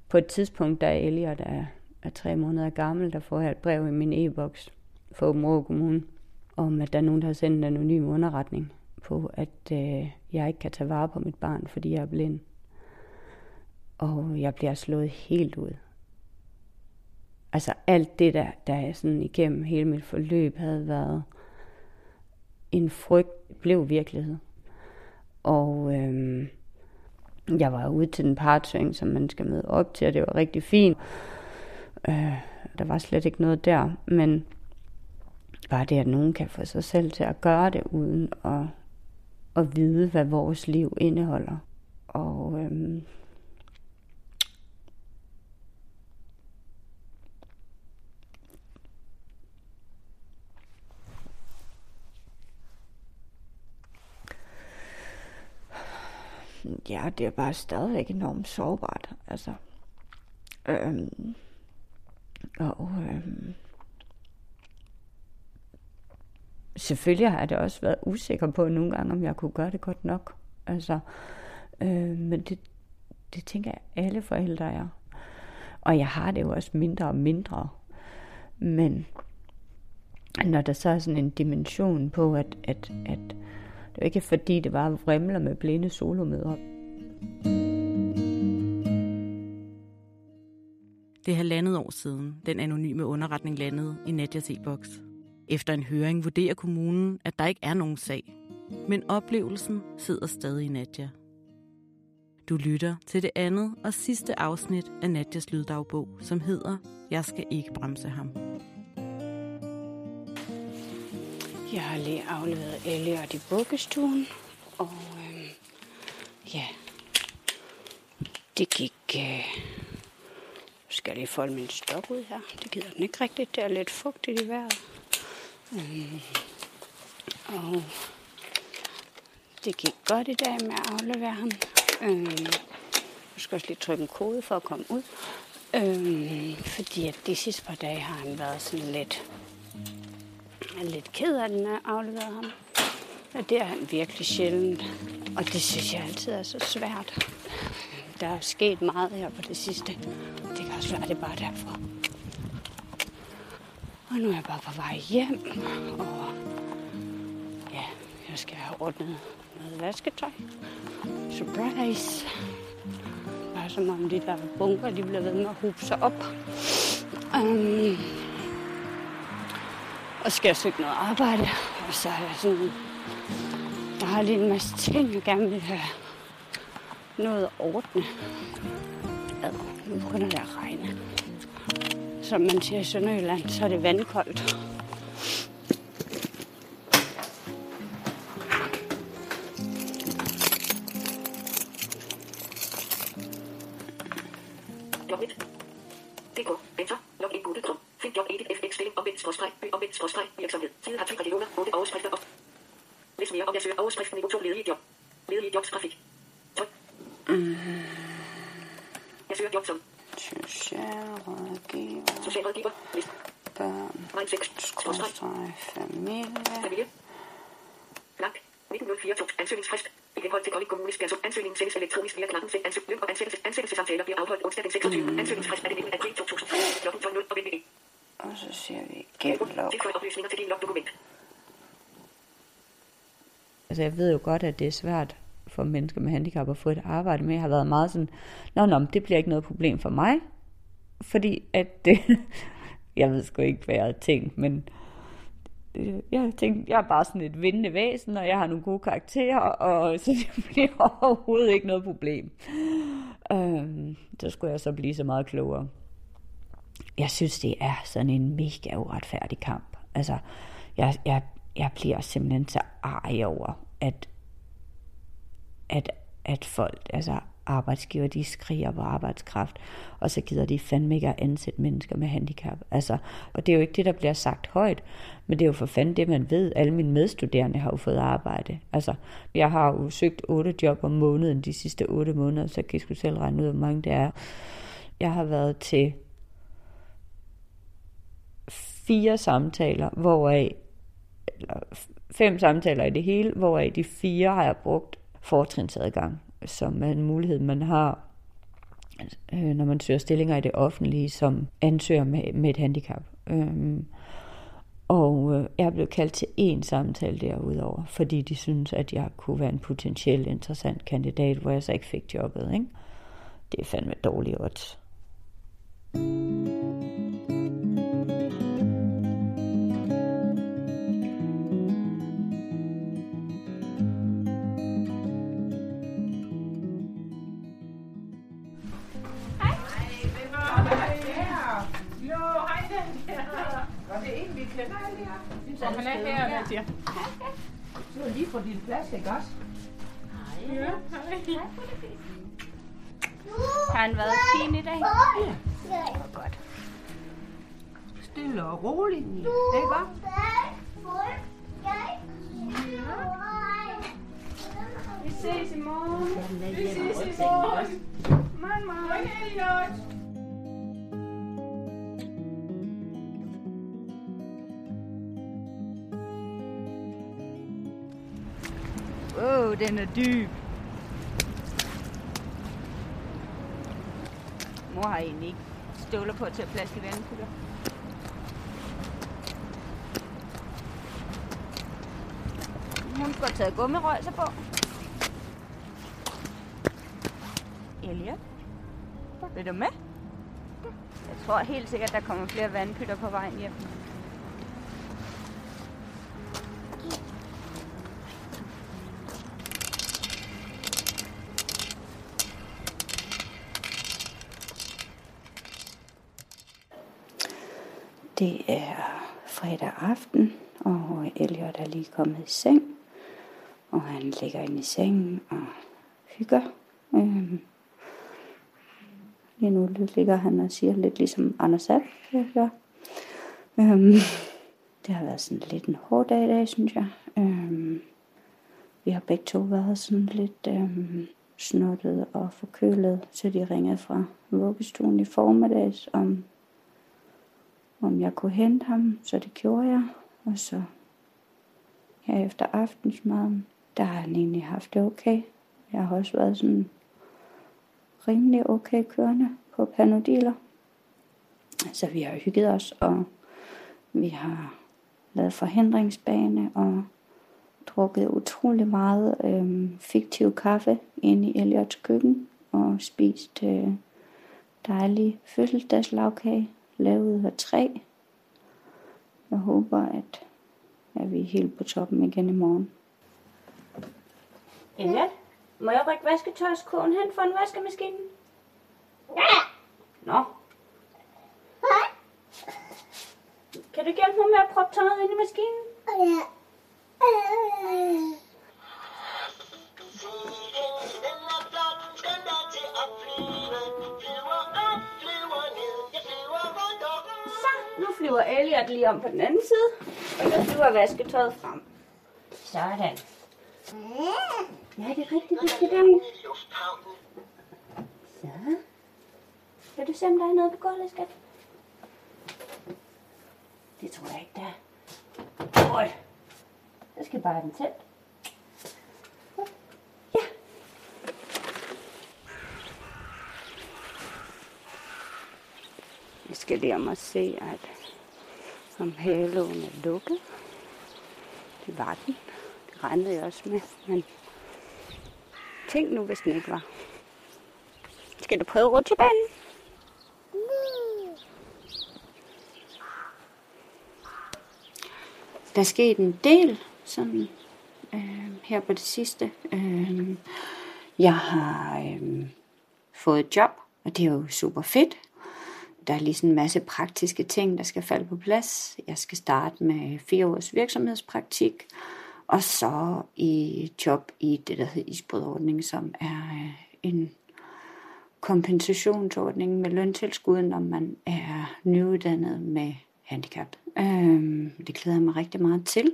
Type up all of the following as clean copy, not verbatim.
På et tidspunkt, da Elliot er 3 måneder gammel, der får jeg et brev i min e-boks fra Aabenraa Kommune, om at der er nogen, der har sendt en anonym underretning på, at jeg ikke kan tage vare på mit barn, fordi jeg er blind. Og jeg bliver slået helt ud. Altså alt det, der er sådan igennem hele mit forløb, havde været en frygt, blev virkelighed. Og jeg var ude til den partshøring, som man skal møde op til, og det var rigtig fint. Der var slet ikke noget der, men bare det, at nogen kan få sig selv til at gøre det, uden at vide, hvad vores liv indeholder. Og ja, det er bare stadigvæk enormt sårbart. Altså, selvfølgelig har jeg det også været usikker på nogle gange, om jeg kunne gøre det godt nok. Altså, men det tænker jeg, alle forældre er. Og jeg har det jo også mindre og mindre. Men når der så er sådan en dimension på, at det er ikke fordi, det bare vrimler med blinde solomødre. Det er 1,5 år siden, den anonyme underretning landede i Nadjas e-boks. Efter en høring vurderer kommunen, at der ikke er nogen sag. Men oplevelsen sidder stadig i Nadja. Du lytter til det andet og sidste afsnit af Nadjas lyddagbog, som hedder Jeg skal ikke bremse ham. Jeg har lige afleveret Elliot i vuggestuen, og ja, det gik. Skal jeg lige folde min stok ud her? Det gider den ikke rigtigt. Det er lidt fugtigt i vejret. Og det gik godt i dag med at aflevere ham. Jeg skal også lige trykke en kode for at komme ud. Fordi at de sidste par dage har han været sådan lidt ked af, at den har afleveret ham. Og det er han virkelig sjældent. Og det synes jeg altid er så svært. Der er sket meget her på det sidste. Det kan også være, det er bare derfor. Og nu er jeg bare på vej hjem. Og ja, jeg skal have ordnet noget vasketøj. Surprise! Bare som om de der bunker, de bliver ved med at hobe sig op. Og skal jeg søge noget arbejde. Og så er jeg sådan... Jeg har lige en masse ting, jeg gerne vil have noget at ordne. Nu begynder det at regne. Som man siger i Sønderjylland, så er det vandkoldt. Virksomhed. Side har 10 regioner, 8 overskrifter op. Læs mere om jeg søger overskriften niveau 2 ledige job. Ledige jobs trafik. Jeg søger job som socialrådgiver. Liste. Børn. 6. Familie. Blank. 1904 ansøgningsfrist. I henhold til Kolding Kommunes person. Ansøgningen sendes elektronisk via knappen send ansøgning og ansættelsessamtaler bliver afholdt onsdag den 26. Ansøgningsfrist er det 19. april 2013 kl. 12.00 og VVE. Og så siger vi genlog. Tilføj oplysninger til din logdokument. Altså jeg ved jo godt, at det er svært for mennesker med handicap at få et arbejde, men jeg har været meget sådan, nå, det bliver ikke noget problem for mig, fordi at det, jeg ved sgu ikke, hvad jeg har tænkt, men jeg har tænkt, jeg er bare sådan et vindende væsen, og jeg har nogle gode karakterer, og så det bliver overhovedet ikke noget problem. Så skulle jeg så blive så meget klogere. Jeg synes, det er sådan en mega uretfærdig kamp. Altså, jeg bliver simpelthen så arg over, at folk, altså arbejdsgiver, de skriger på arbejdskraft, og så gider de fandme ikke at ansætte mennesker med handicap. Altså, og det er jo ikke det, der bliver sagt højt, men det er jo for fanden det, man ved. Alle mine medstuderende har jo fået arbejde. Altså, jeg har jo søgt 8 job om måneden de sidste 8 måneder, så kan I sgu selv regne ud, hvor mange det er. Jeg har været til 4 samtaler, hvoraf, eller 5 samtaler i det hele, hvoraf de 4 har jeg brugt fortrinsadgang, som er en mulighed, man har, når man søger stillinger i det offentlige, som ansøger med et handicap. Og jeg er blevet kaldt til én samtale derudover, fordi de synes, at jeg kunne være en potentielt interessant kandidat, hvor jeg så ikke fik jobbet, ikke? Det er fandme dårlige odds. Og han er her, Nadia. Så er lige på din plads, ikke også? Ja, hej. Har han været fin i dag? Ja. Det var godt. Stille og roligt. Ikke også? Vi ses i morgen. Vi ses i morgen. Morgen. Hej, Den er dyb. Mor har egentlig ikke støvler på til at plaske vandpytter. Hun skal have taget gummirøjser på. Elliot, vil du med? Jeg tror helt sikkert, der kommer flere vandpytter på vejen hjem. Det er fredag aften, og Elliot er lige kommet i seng, og han ligger inde i sengen og hygger. Lige nu ligger han og siger lidt ligesom Anders Sapp, jeg gør. Det har været sådan lidt en hård dag i dag, synes jeg. Vi har begge to været sådan lidt snottet og forkølet, så de ringede fra vuggestuen i formiddags, om jeg kunne hente ham, så det gjorde jeg. Og så her efter aftensmaden, der har han egentlig haft det okay. Jeg har også været sådan rimelig okay kørende på Panodiler. Så vi har hygget os, og vi har lavet forhindringsbane og drukket utrolig meget fiktiv kaffe inde i Elliots køkken og spist dejlig fødselsdagslagkage lavet af træ. Jeg håber, at vi er helt på toppen igen i morgen. Elliot, må jeg rykke vasketøjskogen hen for en vaskemaskine? Ja! Nå. Kan du hjælpe mig med at proppe tøjet ind i maskinen? Ja. Så, nu flyver Elliot lige om på den anden side, og så flyver vasketøjet frem. Sådan. Ja, det er rigtigt, det skal derind. Så. Vil du se, om der er noget på gulvet, skat? Det tror jeg ikke, der er. Øj. Så skal jeg bare have den tæt. Ja. Jeg skal lige om at se, at om haloen er lukket. Det var den. Det regnede jeg også med, men tænk nu, hvis den ikke var. Skal du prøve rutsjebanen? Der skete en del sådan, her på det sidste. Jeg har fået et job, og det er jo super fedt. Der er lige sådan en masse praktiske ting, der skal falde på plads. Jeg skal starte med 4 års virksomhedspraktik, og så i job i det, der hedder isbrødordning, som er en kompensationsordning med løntilskud, når man er nyuddannet med handicap. Det glæder jeg mig rigtig meget til.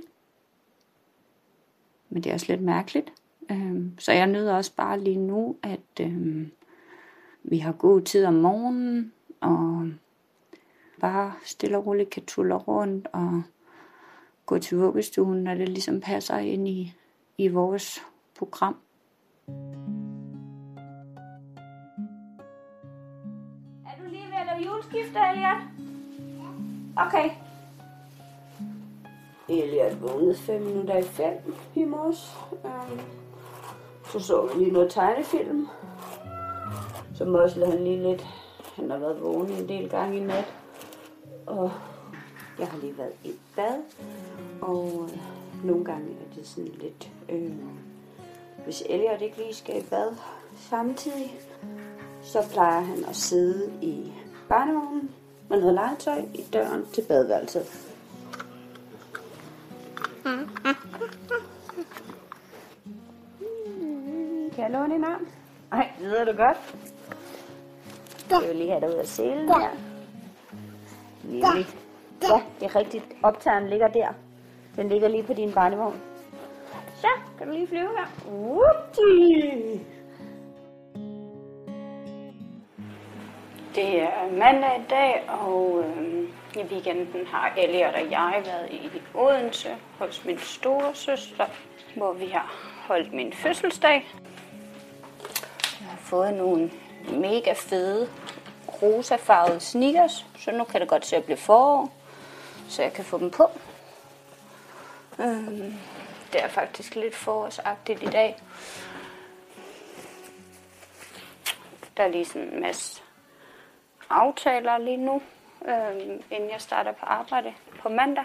Men det er også lidt mærkeligt. Så jeg nyder også bare lige nu, at vi har god tid om morgenen, og bare stille og roligt kan tulle rundt og gå til vuggestuen, når det ligesom passer ind i vores program. juleskift, Elliot? Okay. Elliot vågnede 5 minutter i 5 i morges. Så vi lige noget tegnefilm. Så møslede han lige lidt. Han har været vågen en del gange i nat. Og jeg har lige været i bad. Og nogle gange er det sådan lidt... hvis Elliot ikke lige skal i bad samtidig, så plejer han at sidde i barnevognen med noget legetøj i døren til badeværelset. Kan jeg låne en arm? Nej, lyder du godt? Jeg vil lige have dig ud af selen her. Lille. Ja, det er rigtigt. Optageren ligger der. Den ligger lige på din barnevogn. Så, kan du lige flyve her. Whoopty! Det er mandag i dag, og i weekenden har Elliot og jeg været i Odense hos min store søster, hvor vi har holdt min fødselsdag. Jeg har fået nogle mega fede rosafarvede sneakers, så nu kan det godt se at blive forår, så jeg kan få dem på. Det er faktisk lidt forårsagtigt i dag. Der er lige sådan en masse aftaler lige nu, inden jeg starter på arbejde på mandag.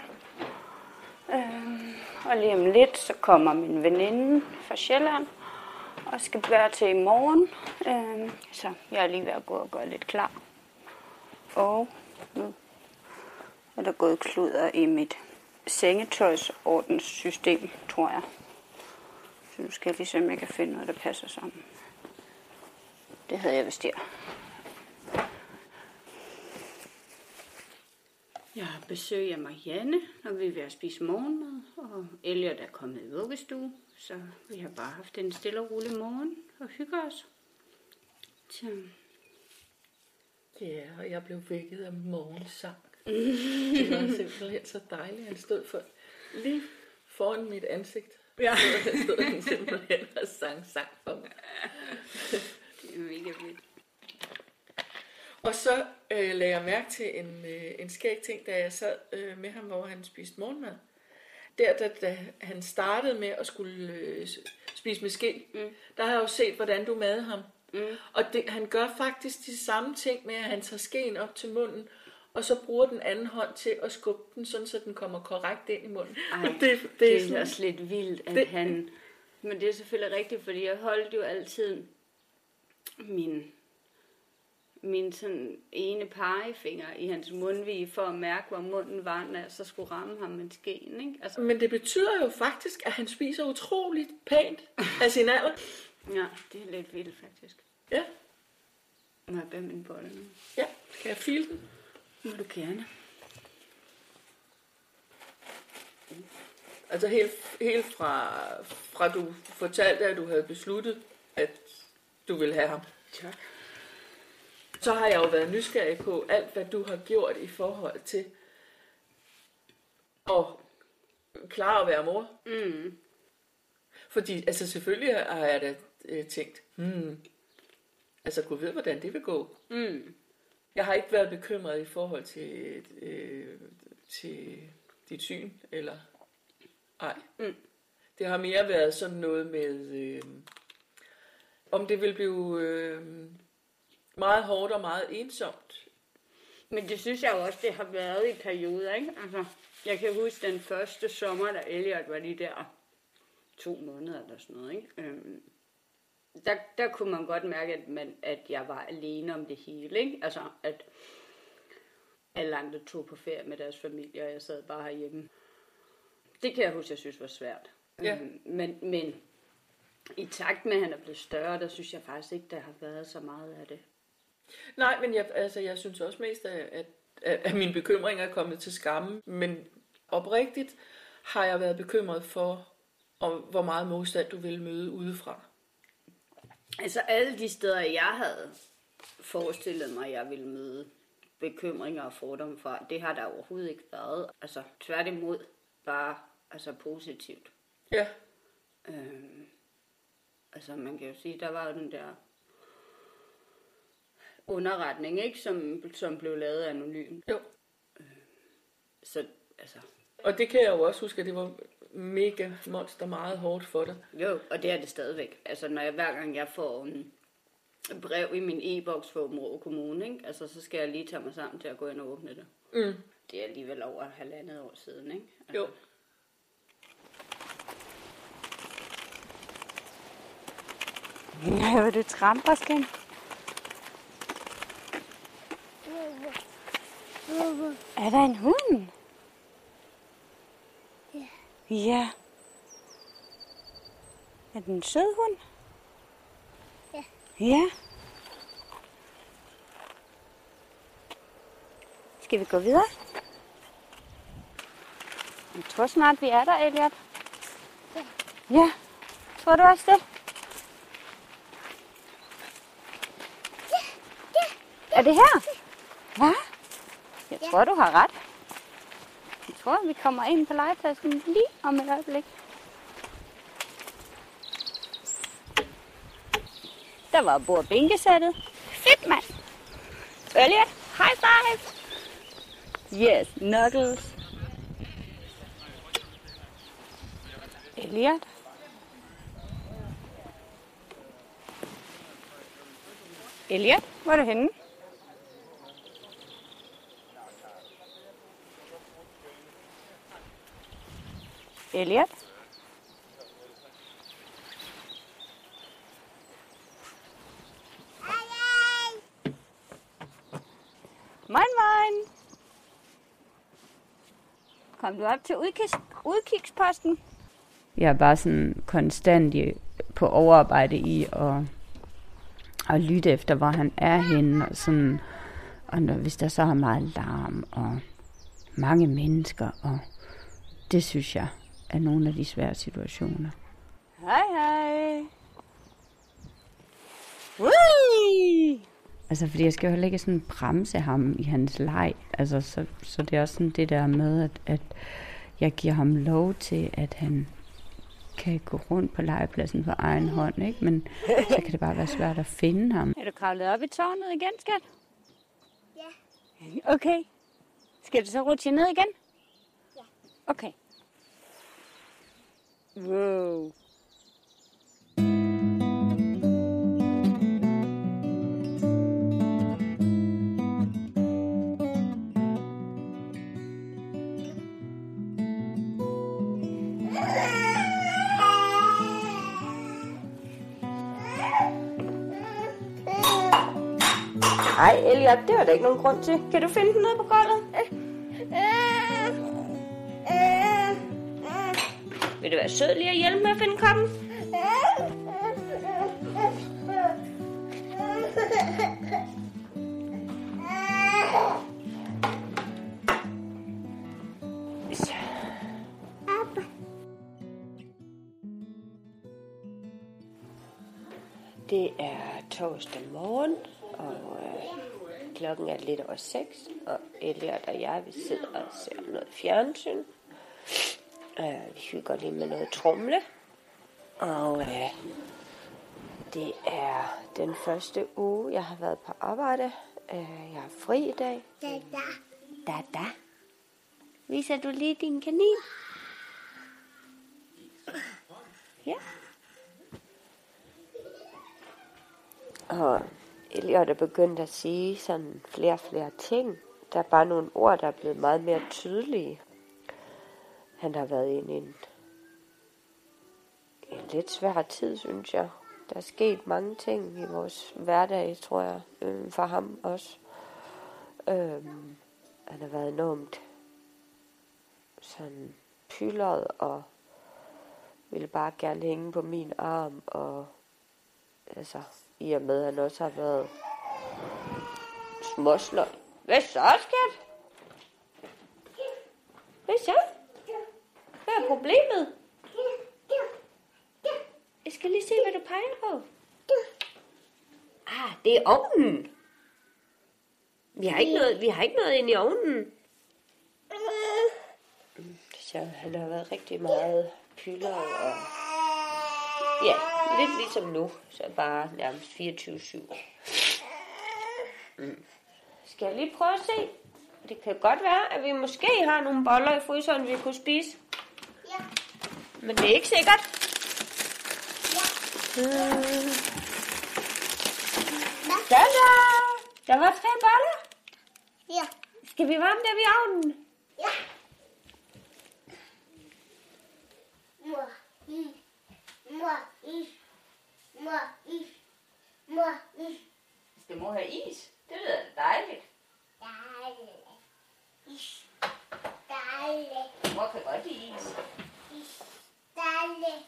Og lige om lidt, så kommer min veninde fra Sjælland og skal være til i morgen. Så jeg er lige ved at gå og gøre lidt klar. Og nu er der gået kluder i mit sengetøjsordenssystem, tror jeg. Så nu skal jeg lige se, om jeg kan finde noget, der passer sammen. Det havde jeg vist her. Jeg har besøg af Marianne, og vi er ved at spise morgenmad, og Elliot er kommet i vuggestue, så vi har bare haft en stille og rolig morgen og hygger os. Så. Ja, og jeg blev vækket af morgensang. Det var simpelthen så dejligt. Han stod lige foran mit ansigt. Ja. Han stod simpelthen og sang for mig. Det er mega vildt. Og så lagde jeg mærke til en skæg ting, da jeg sad med ham, hvor han spiste morgenmad. Da han startede med at skulle spise med ske, der har jeg jo set, hvordan du madede ham. Og han gør faktisk de samme ting med, at han tager skeen op til munden, og så bruger den anden hånd til at skubbe den, sådan så den kommer korrekt ind i munden. Ej, det er også lidt vildt, at han... Men det er selvfølgelig rigtigt, fordi jeg holdt jo altid min sådan ene pegefinger i hans mundvige for at mærke, hvor munden var, når jeg så skulle ramme ham med skeen, ikke? Altså... Men det betyder jo faktisk, at han spiser utroligt pænt af sin alder. Ja, det er lidt vildt faktisk. Ja. Må jeg bære min bolle nu? Ja, kan jeg file den? Må du gerne. Altså helt fra du fortalte, at du havde besluttet, at du ville have ham. Tak. Så har jeg jo været nysgerrig på alt, hvad du har gjort i forhold til at klare at være mor. Mm. Fordi, altså selvfølgelig har jeg da tænkt, altså Gud ved, hvordan det vil gå. Mm. Jeg har ikke været bekymret i forhold til dit syn, eller ej. Mm. Det har mere været sådan noget med, om det vil blive meget hårdt og meget ensomt. Men det synes jeg jo også, det har været i perioder, ikke? Altså, jeg kan huske den første sommer, da Elliot var lige der 2 måneder eller sådan noget, ikke? Der kunne man godt mærke, at jeg var alene om det hele, ikke? Altså, at alle andre tog på ferie med deres familie, og jeg sad bare herhjemme. Det kan jeg huske, jeg synes var svært. Ja. Men i takt med, at han er blevet større, der synes jeg faktisk ikke, der har været så meget af det. Nej, men jeg synes også mest, at mine bekymringer er kommet til skamme. Men oprigtigt har jeg været bekymret for, hvor meget modstand du ville møde udefra. Altså alle de steder, jeg havde forestillet mig, at jeg ville møde bekymringer og fordomme fra, det har der overhovedet ikke været. Altså tværtimod bare positivt. Ja. Altså man kan jo sige, der var jo den der underretning, ikke? Som blev lavet anonymt. Jo. Så, altså... Og det kan jeg jo også huske, at det var mega monster meget hårdt for dig. Jo, og det er det stadigvæk. Altså, hver gang jeg får brev i min e-boks for Aabenraa Kommune, ikke? Altså, så skal jeg lige tage mig sammen til at gå ind og åbne det. Mm. Det er alligevel over 1,5 år siden, ikke? Altså. Jo. Ja, du tramper, skan. Er der en hund? Ja. Ja. Er den en sød hund? Ja. Ja. Skal vi gå videre? Jeg tror snart, vi er der, Elliot. Ja. Ja. Tror du også det? Er det her? Hvad? Jeg tror, du har ret. Jeg tror, vi kommer ind på legepladsen lige om et øjeblik. Der var bord- og bænkesættet. Fedt, mand. Elliot, high five. Yes, Knuckles. Elliot. Elliot, hvor er du henne? Elliot? Moin, moin. Kom du op til udkigsposten? Jeg er bare sådan konstant på overarbejde i at lytte efter, hvor han er henne. Og sådan, og hvis der så er meget larm og mange mennesker, og det synes jeg er nogle af de svære situationer. Hej, hej. Ui! Altså, fordi jeg skal jo heller ikke sådan bremse ham i hans leg. Altså, så det er også sådan det der med, at jeg giver ham lov til, at han kan gå rundt på legepladsen på egen hånd, ikke? Men så kan det bare være svært at finde ham. Er du kravlet op i tårnet igen, skat? Ja. Okay. Skal du så rutsche ned igen? Ja. Okay. Wow. Ej, Elliot, det var der ikke nogen grund til. Kan du finde den nede på gulvet? Vil du være sød lige at hjælpe med at finde koppen? Det er torsdag morgen, og klokken er lidt over 6, og Elliot og jeg, vi sidder og ser noget fjernsyn. Vi hygger lige med noget tromle, og det er den første uge, jeg har været på arbejde. Jeg har fri i dag. Dada. Viser du lige din kanin? Ja. Og Elliot er begyndt at sige sådan flere ting. Der er bare nogle ord, der er blevet meget mere tydelige. Han har været inde i en lidt svær tid, synes jeg. Der er sket mange ting i vores hverdag, tror jeg, for ham også. Han har været enormt sådan pyldret og ville bare gerne hænge på min arm, og altså i og med, at han også har været småsløj. Hvad så, skat? Hvad så? Hvad er problemet? Jeg skal lige se, hvad du peger på. Det er ovnen. Vi har ikke noget inde i ovnen. Så han har været rigtig meget pyldret og ja, lidt ligesom nu, så bare nærmest 24/7. Skal jeg lige prøve at se? Det kan godt være, at vi måske har nogle boller i fryseren, vi kunne spise. Ja. Men det er ikke sikkert. Tada! Der var 3 boller. Ja. Skal vi varme dem i ovnen? Ja. Mor, is. Mor, is. Mor, is. Mor, is. Skal mor have is? Det lyder da dejligt. Dejligt. Is. Dejligt. Mor kan godt lide is. Is. Dejligt.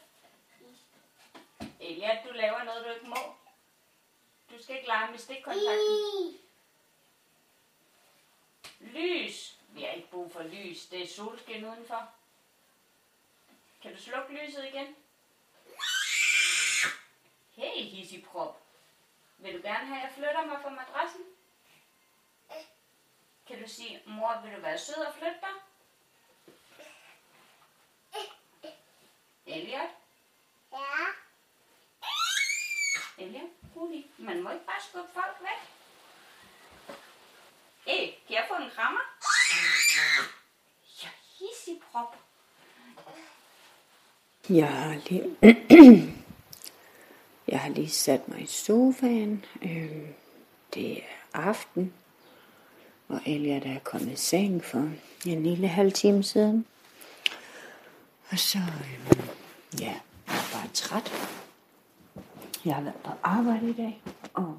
Elia, du laver noget, du ikke må. Du skal ikke lege med stikkontakten. Is. Lys. Vi har ikke brug for lys. Det er solskin udenfor. Kan du slukke lyset igen? Hey, hissigprop. Vil du gerne have, at jeg flytter mig fra madrassen? Kan du sige, mor, vil du være sød og flytte dig? Elliot? Ja. Elliot, rolig. Man må ikke bare skubbe folk væk. Hey, kan jeg få en krammer? Ja, hissigprop. Jeg har lige sat mig i sofaen. Det er aften, og Elliot er kommet i seng for en lille halv time siden. Og så, jeg er bare træt. Jeg har været på arbejde i dag, og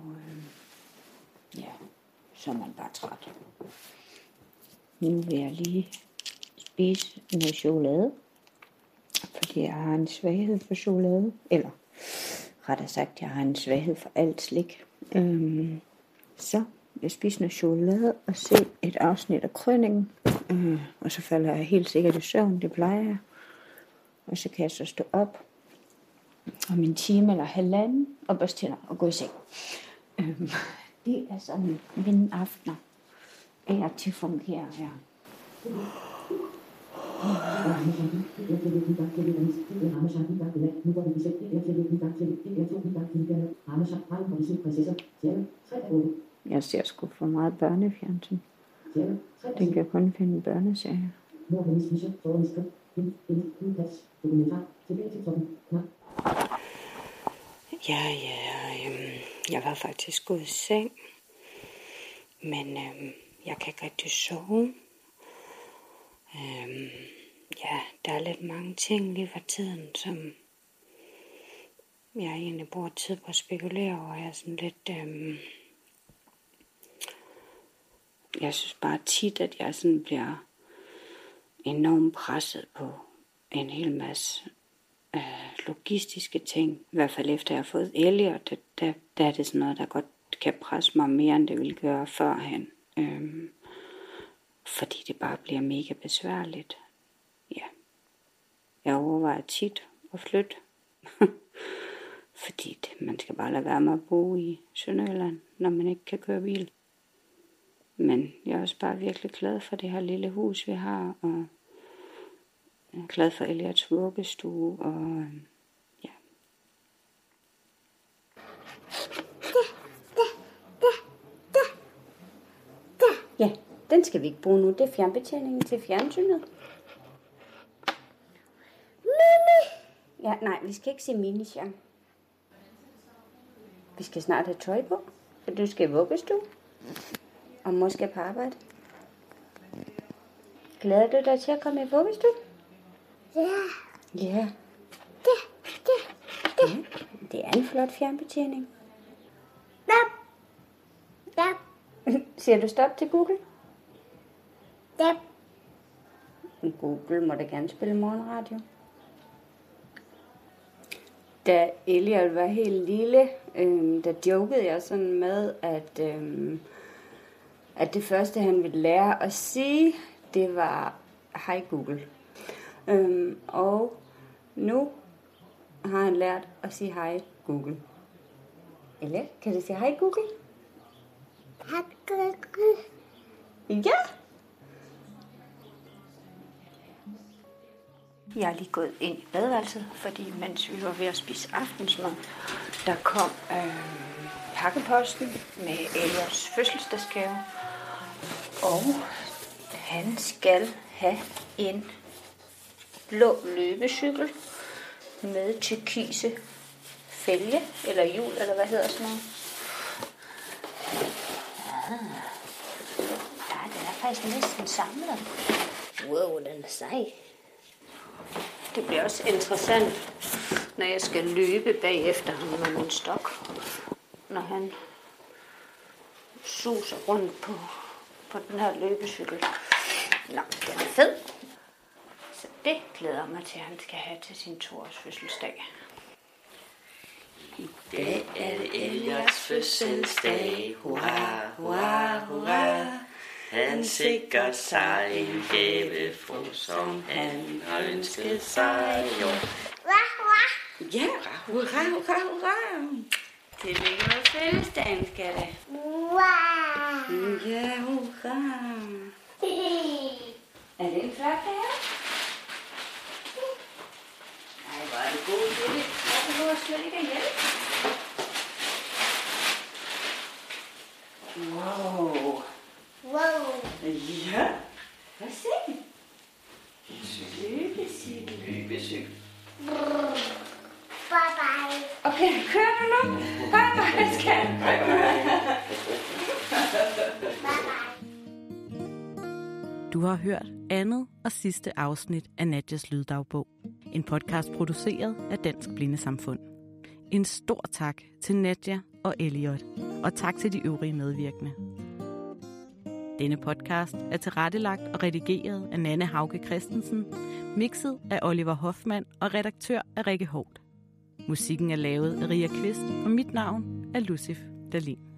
så er man bare træt. Nu vil jeg lige spise noget chokolade, fordi jeg har en svaghed for chokolade, eller rettere sagt, jeg har en svaghed for alt slik. Så vil jeg spise noget chokolade og se et afsnit af Krøningen, og så falder jeg helt sikkert i søvn, det plejer jeg. Og så kan jeg så stå op om en time eller halvanden og børste tænder og gå i seng. Det er sådan mine aftener er til at fungere her. Jeg ser sgu for meget børnefjernsyn. Den kan kun finde børneserier. Jeg var faktisk gået i seng, men jeg kan ikke rigtig sove. Der er lidt mange ting lige for tiden, som jeg egentlig bruger tid på at spekulere over. Jeg er sådan lidt, jeg synes bare tit, at jeg sådan bliver enormt presset på en hel masse logistiske ting. I hvert fald efter jeg har fået Elliot, der er det sådan noget, der godt kan presse mig mere, end det ville gøre førhen. Fordi det bare bliver mega besværligt. Ja. Jeg overvejer tit at flytte. Fordi man skal bare lade være med at bo i Sønderjylland, når man ikke kan køre bil. Men jeg er også bare virkelig glad for det her lille hus, vi har. Og jeg er glad for Eliots vuggestue. Og ja. Ja, den skal vi ikke bruge nu. Det er fjernbetjeningen til fjernsynet. Ja, nej, vi skal ikke se miniskærm. Vi skal snart have tøj på, for du skal i vuggestue. Og mor skal på arbejde. Glæder du dig til at komme i vuggestue? Ja. Ja. Det er en flot fjernbetjening. Ja. Siger du stop til Google? Ja. Google må da gerne spille morgenradio. Da Elliot var helt lille, der jokede jeg sådan med, at det første, han ville lære at sige, det var hej Google. Og nu har han lært at sige hej Google. Elliot, kan du sige hej Google? Ja. Jeg er lige gået ind i badeværelset, fordi mens vi var ved at spise aftensmad, der kom pakkeposten med Eliots fødselsdagsgave. Og han skal have en blå løbecykel med turkise fælge, eller hjul, eller hvad hedder sådan noget. Ja, den er faktisk næsten samlet. Wow, den er sej. Det bliver også interessant, når jeg skal løbe bagefter ham med min stok. Når han suser rundt på den her løbecykel. Nå, den er fed. Så det glæder jeg mig til, at han skal have til sin 2-års fødselsdag. I dag er det Eliots fødselsdag. Hurra, hurra, hurra. Han sikrer sig en gavefru, som han har ønsket sig. Ja, hurra, hurra, hurra. Tillykke med fødselsdagen, skal det. Ja, hurra. Er det en flot her? Nej, hvor er det god til det. Jeg behøver slet ikke at hjælpe. Wow. Ja. Hvad ser du? Løbecykel. Bye-bye. Okay, kører du nu? Bye-bye, skat. Du har hørt andet og sidste afsnit af Nadjas Lyddagbog. En podcast produceret af Dansk Blindesamfund. En stor tak til Nadja og Eliot, og tak til de øvrige medvirkende. Denne podcast er tilrettelagt og redigeret af Nanne Hauge Christensen, mixet af Oliver Hoffmann og redaktør af Rikke Holt. Musikken er lavet af Ria Kvist, og mit navn er Lucif Dahlin.